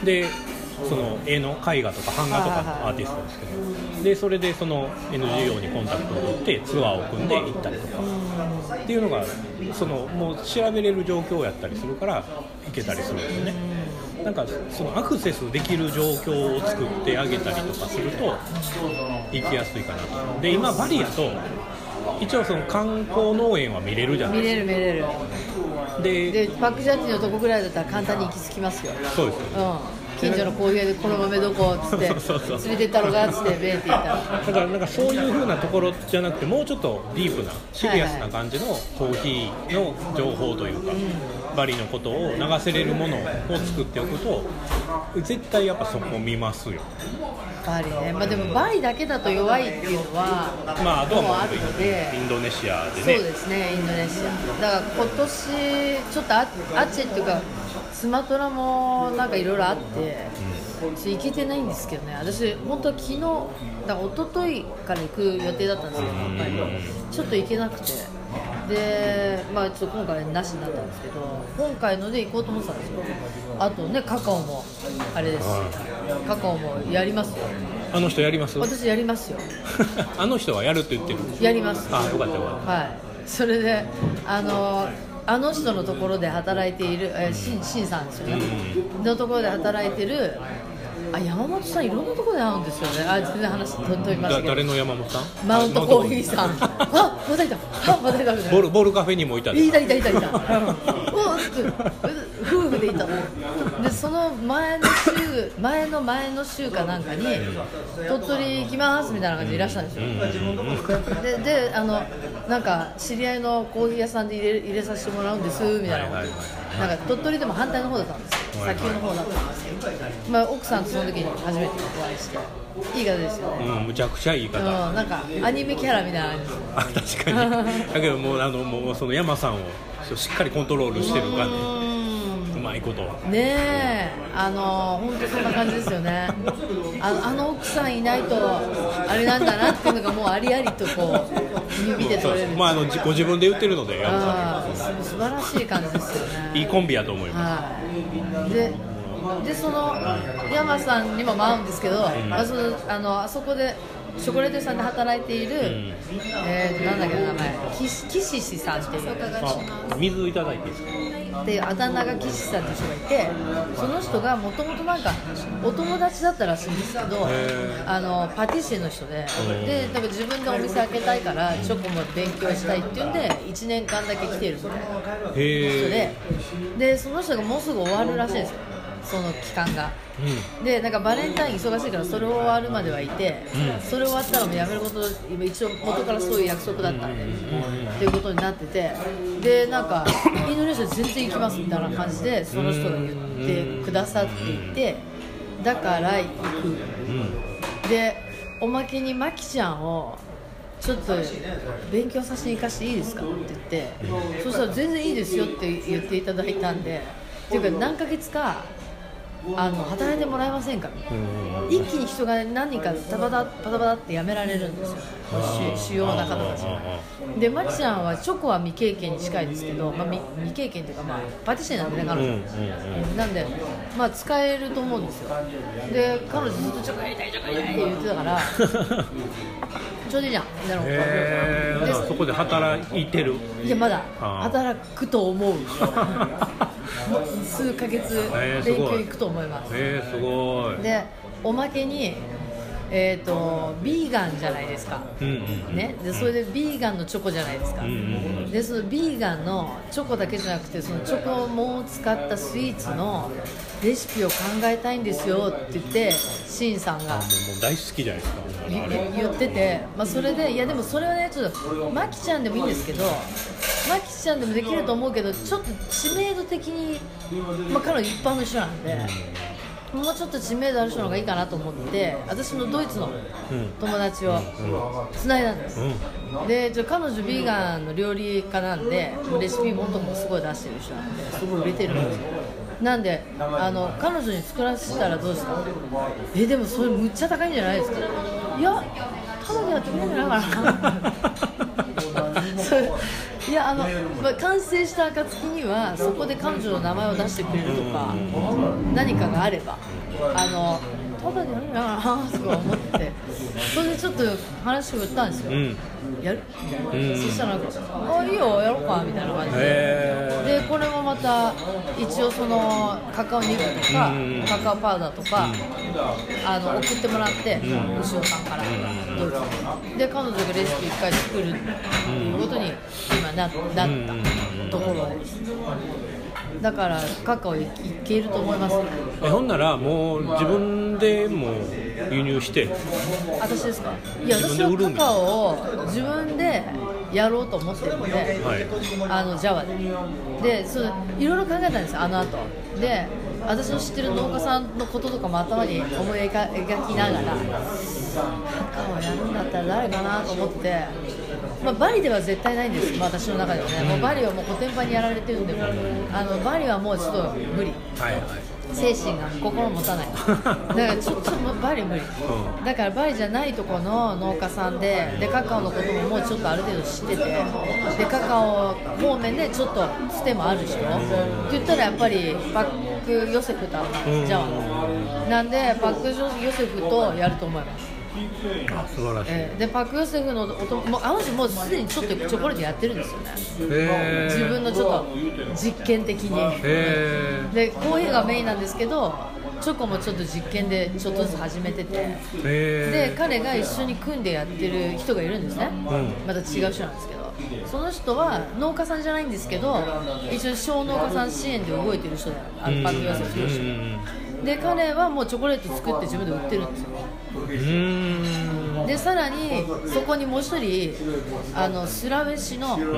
でその絵の絵画とか版画とかのアーティストですけど、はいはい、でそれでその エヌジーオー にコンタクトを取ってツアーを組んで行ったりとかっていうのがそのもう調べれる状況やったりするから行けたりするんですよね。なんかそのアクセスできる状況を作ってあげたりとかすると行きやすいかなと。で今バリやと一応その観光農園は見れるじゃないですか。見れる見れる。で, でパックジャッジのとこぐらいだったら簡単に行き着きますよ。そうですよ、うん、近所のコーヒー屋でこの豆どこっつって連れてったのがっつってベーって言ったら、だからなんかそういう風なところじゃなくてもうちょっとディープなシリアスな感じのコーヒーの情報というか、はいはい、バリのことを流せれるものを作っておくと絶対やっぱそこ見ますよ。 バリね、まあ、でもバリだけだと弱いっていうのはまあどうもあるので、 インドネシアでね。 そうですね、インドネシアだから今年ちょっと ア, アチェっていうかスマトラもなんかいろいろあって、うん、行けてないんですけどね。私本当は昨日だから一昨日から行く予定だったんですけど、やっぱりちょっと行けなくて、で、まあ、ちょっと今回なしになったんですけど、今回ので行こうと思ってたんですよ。あとね、カカオもあれですし、カカオもやりますよ。 あの人やります？ 私やりますよ。 あの人はやるって言ってる？ やります。 あ、よかったよかった。 はい。それであのあの人のところで働いている、えー、シン、シンさんですよね、うん、のところで働いてるあ山本さん、いろんなところで会うんですよね。あ、全然話飛びましたけど。 誰の山本さん？ マウントコーヒーさん。あ、またいた。あ、またいた。 ボールボールカフェにもいた。 いたいたいたいた。お、 夫婦でいたので、その前の週前の前の週かなんかに鳥取行きますみたいな感じでいらっしゃるんですよ。で, であのなんか知り合いのコーヒー屋さんで入れ入れさせてもらうんですみたいなこと、なんか鳥取でも反対の方だったんですよ、砂丘の方だったんですけど、まあ、奥さんとその時に初めてお会いして、いい方ですよね、 うん、むちゃくちゃいい方、 うん、なんかアニメキャラみたいな感じですよ。 あ、確かにだけどもうあのもうその山さんをしっかりコントロールしてる感じ、うまいことねえ、あの本当そんな感じですよね。あの、あの奥さんいないとあれなんだなっていうのがもうありありとこう見て取れる。 まあ、あのご自分で言ってるので、 あ素晴らしい感じですよね。 いいコンビやと思います、 はい、ででその山さんにも会うんですけど、うん、あ, そのあのあそこでチョコレート屋さんで働いている、うん、えー、なんだっけ名前、キシシさんっていう、 あ、水いただいていいですかっていうあだ名がキシさんって人がいて、その人がもともとなんかお友達だったらしいんですけど、あのパティシエの人で、で多分自分でお店開けたいからチョコも勉強したいっていうんでいちねんかんだけ来てるみたいな人で、でその人がもうすぐ終わるらしいんですよ、その期間が、うん、でなんかバレンタイン忙しいからそれ終わるまではいて、うん、それ終わったらもうやめること、一応元からそういう約束だったんで、うん、っていうことになってて、でなんかインドネシア全然行きますみたいな感じでその人が言ってくださっていて、だから行く、うん、でおまけにマキちゃんをちょっと勉強させて行かせていいですかって言って、うん、そしたら全然いいですよって言っていただいたんで、っていうか何ヶ月かあの働いてもらえませんかみたいな、一気に人が何人かパタパタパタパタって辞められるんですよ、主要な方たちが。でマキちゃんはチョコは未経験に近いですけど、まあ、未, 未経験というか、まあ、パティシエなんでね彼女、うんうんうん、なんで、まあ、使えると思うんですよ。で彼女ずっとチョコやりたいチョコやりたいって言ってたからちょうどいいじゃんみたいな。 へー、そこで働いてる。 いやまだ働くと思う数ヶ月勉強行くと思います。 えー、すごい。 でおまけにえーとビーガンじゃないですか、うんうんね、でそれでビーガンのチョコじゃないですか、うんうん、でそのビーガンのチョコだけじゃなくてそのチョコも使ったスイーツのレシピを考えたいんですよって言ってシンさんがもう大好きじゃないですか言ってて、まあ、それでいやでもそれはねちょっとマキちゃんでもいいんですけどマキちゃんでもできると思うけどちょっと知名度的に、まあ、彼女一般の人なんで、うん、もうちょっと知名度ある人の方がいいかなと思って私のドイツの友達をつないだんです、うん、でちょ彼女ビーガンの料理家なんでレシピ元もすごい出してる人なんですごい売れてるんですよ。なんであの彼女に作らせたらどうですか。えでもそれむっちゃ高いんじゃないですか。いやただでやってくれるんじゃないかなそれいやあの、まあ、完成した暁にはそこで彼女の名前を出してくれるとか何かがあればあのただでやるんじゃないかなとか思ってそれでちょっと話を振ったんですよ、うん、やる、うん、そしたらなんかあいいよやろうかみたいな感じででこれもまた一応そのカカオニブとか、うん、カカオパウダーとか、うん、あの送ってもらって、うん、牛尾さんから、うん、ドイツで彼女がレシピいっかい作るっていうことに今な, なったところです。だからカカオいけると思います。 えほんならもう自分でも輸入して私ですか。いや私はカカオを自分でやろうと思ってるので、はい、あのジャワででそれいろいろ考えたんですよあの後で私の知ってる農家さんのこととかも頭に思い描きながらカカオやるんだったら誰かなと思って、まあ、バリでは絶対ないんです、まあ、私の中ではね、もうバリはもうコテンパンにやられてるんであのバリはもうちょっと無理、はいはい精神が心持たないだからちょっとバリ無理、うん、だからバリじゃないところの農家さんででカカオのことももうちょっとある程度知っててでカカオ方面でちょっとつてもある人って言ったらやっぱりパックヨセフとジャワのなんでパックヨセフとやると思います。 あ素晴らしい、 えー、でパク・ヨセフの音もあの人もうすでにちょっとチョコレートやってるんですよね。へ自分のちょっと実験的にへでコーヒーがメインなんですけどチョコもちょっと実験でちょっとずつ始めててへで彼が一緒に組んでやってる人がいるんですね、うん、また違う人なんですけどその人は農家さんじゃないんですけど一応小農家さん支援で動いてる人だよ、あのパクヨセフ博で彼はもうチョコレート作って自分で売ってるんですよ。 うーんでさらにそこにもう一人あのスラウェシの、うん、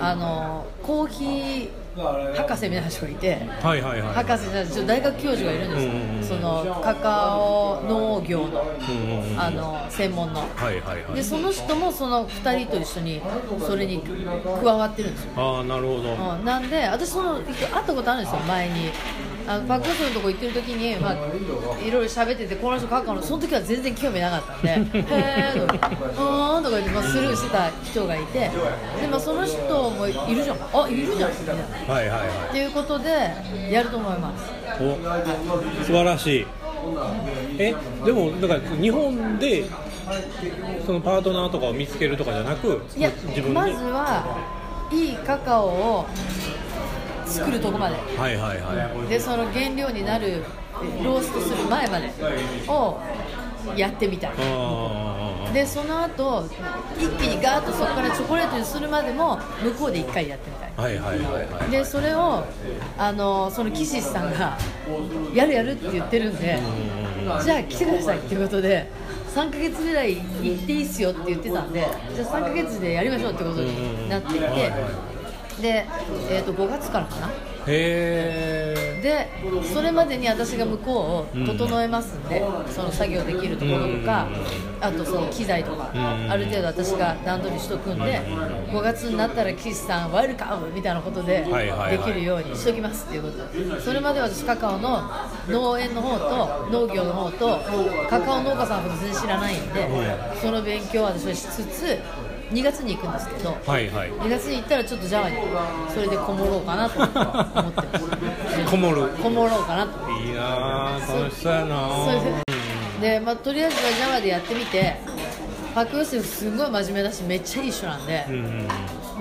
あのコーヒー博士みたいな人がいて、 はいはいはい、 博士じゃない大学教授がいるんですよ、うんうん、そのカカオ農業の、うんうん、あの専門の、はいはいはい、でその人もそのふたりと一緒にそれに加わってるんですよ。 ああなるほど、 うん、なんで私その会ったことあるんですよ前に。あのパクヨセフのとこ行ってる時に、まあ、いろいろ喋っててこの人カカオのその時は全然興味なかったんでへーとかうーんとか言って、まあ、スルーしてた人がいてで、まあ、その人もいるじゃんあいるじゃんみたいな、はいはいはい、っていうことでやると思います。 お素晴らしい。えでもだから日本でそのパートナーとかを見つけるとかじゃなくいや自分まずはいいカカオを作るとこまで、はいはいはい、でその原料になるローストする前までをやってみたい。でその後一気にガーッとそこからチョコレートにするまでも向こうで一回やってみたい、はいはいはいはい、でそれをあのそのキシスさんがやるやるって言ってるんでじゃあ来てくださいっていうことでさんかげつぐらい行っていいっすよって言ってたんでじゃあさんかげつでやりましょうってことになっていてで、えー、とごがつからかなへでそれまでに私が向こうを整えますんで、うん、その作業できるところとか、うん、あとその機材とか、うん、ある程度私が段取りしとくんで、うん、ごがつになったら岸さんワイルカムみたいなことでできるようにしときますっていうことでそれまで私カカオの農園の方と農業の方とカカオ農家さんのこと全然知らないんで、うん、その勉強を私はしつつにがつに行くんですけど、はいはい、にがつに行ったらちょっとジャワにそれでこもろうかなと思ってますこもるこもろうかなといいな楽しそうやなそれで、まあ、とりあえずはジャワでやってみてパクヨセフすごい真面目だしめっちゃいい人なんで、うんうん、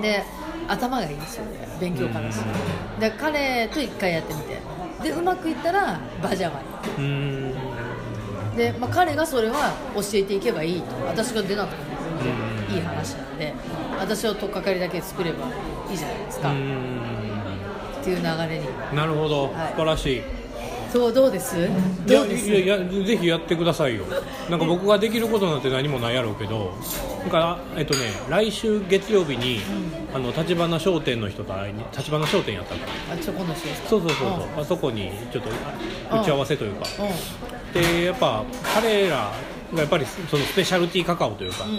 で頭がいいんですよね勉強家だし、うん、で彼と一回やってみてでうまくいったらバジャワに、うんで、まあ、彼がそれは教えていけばいいと私が出なくてもいい話なんで私を取っかかりだけ作ればいいじゃないですかっていう流れになるほど、はい、素晴らしいそうどうですどうですいやいやぜひやってくださいよなんか僕ができることなんて何もないやろうけどなんか、えっとね、来週月曜日に、うん、あの立花商店の人と会いに立花商店やったからあそこの人ですかそうそうそうそう、うん、あそこにちょっと打ち合わせというか、うん、でやっぱ彼らやっぱりそのスペシャルティーカカオというか、うん、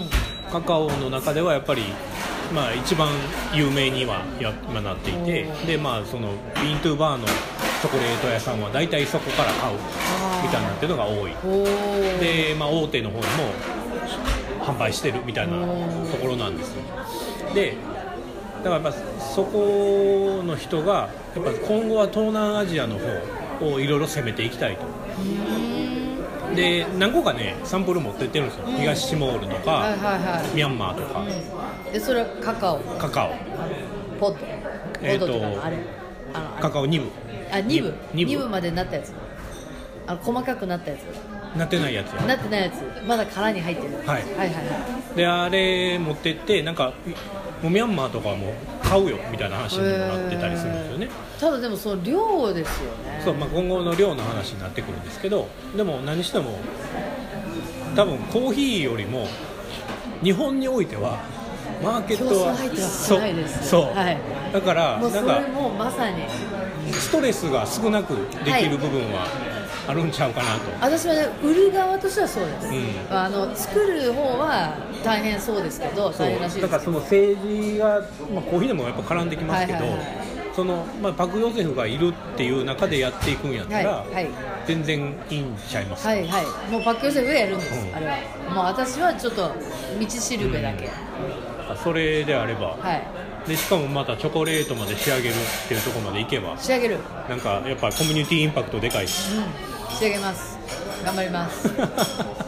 カカオの中ではやっぱり、まあ、一番有名にはや今なっていてで、まあ、そのビーントゥーバーのチョコレート屋さんは大体そこから買うみたいなっていうのが多いで、まあ、大手の方にも販売してるみたいなところなんですよでだからやっぱそこの人がやっぱ今後は東南アジアの方をいろいろ攻めていきたいとで何個かねサンプル持ってってるんですよ、うん、東シモールとか、はいはいはい、ミャンマーとか、 うん、でそれはカカオカカオポッドえーとあれあのカカオにぶあにぶにぶまでなったやつあの細かくなったやつなってないやつなってないやつまだ殻に入ってる、はい、はいはいはいであれ持ってってなんかもうミャンマーとかはもう買うよみたいな話にもなってたりするんですよねただでもその量ですよねそう、まあ、今後の量の話になってくるんですけどでも何しても多分コーヒーよりも日本においてはマーケットは少ないです、 そう、はい、だからもうそれもまさにストレスが少なくできる部分はあるんちゃうかなと、 私はね売る側としてはそうです、うん、あの作る方は大変そうですけど大変らしいですけどだからその政治が、まあ、コーヒーでもやっぱ絡んできますけど、はいはいはい、そのまあ、パクヨセフがいるっていう中でやっていくんやったら、はいはい、全然いいんちゃいますか。 はいはい、もうパクヨセフがやるんです、うん、あれはもう私はちょっと道しるべだけ、 うん、それであれば、はい、でしかもまたチョコレートまで仕上げるっていうところまでいけば仕上げるなんかやっぱコミュニティインパクトでかいし、 うん、仕上げます頑張ります